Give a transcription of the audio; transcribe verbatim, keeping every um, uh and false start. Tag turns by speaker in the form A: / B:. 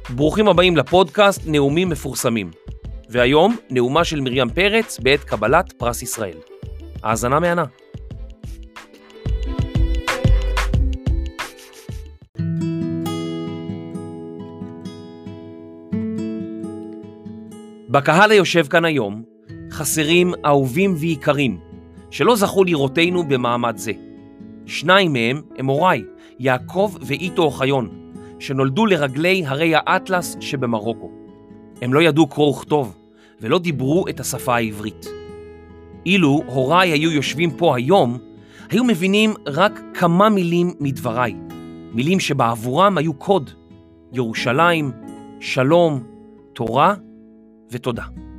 A: ברוכים הבאים לפודקאסט נאומים מפורסמים. והיום נאומה של מרים פרץ בעת קבלת פרס ישראל. האזנה מהנה. בקהל היושב כאן היום חסרים אהובים ויקרים שלא זכו לראותנו במעמד זה. שניים מהם הם הוריי, יעקב ואיתו אוחיון, שנולדו לרגלי הרי האטלס שבמרוקו. הם לא ידעו קרוא וכתוב ולא דיברו את השפה העברית. אילו הוריי היו יושבים פה היום, היו מבינים רק כמה מילים מדבריי, מילים שבעבורם היו קוד: ירושלים, שלום, תורה ותודה.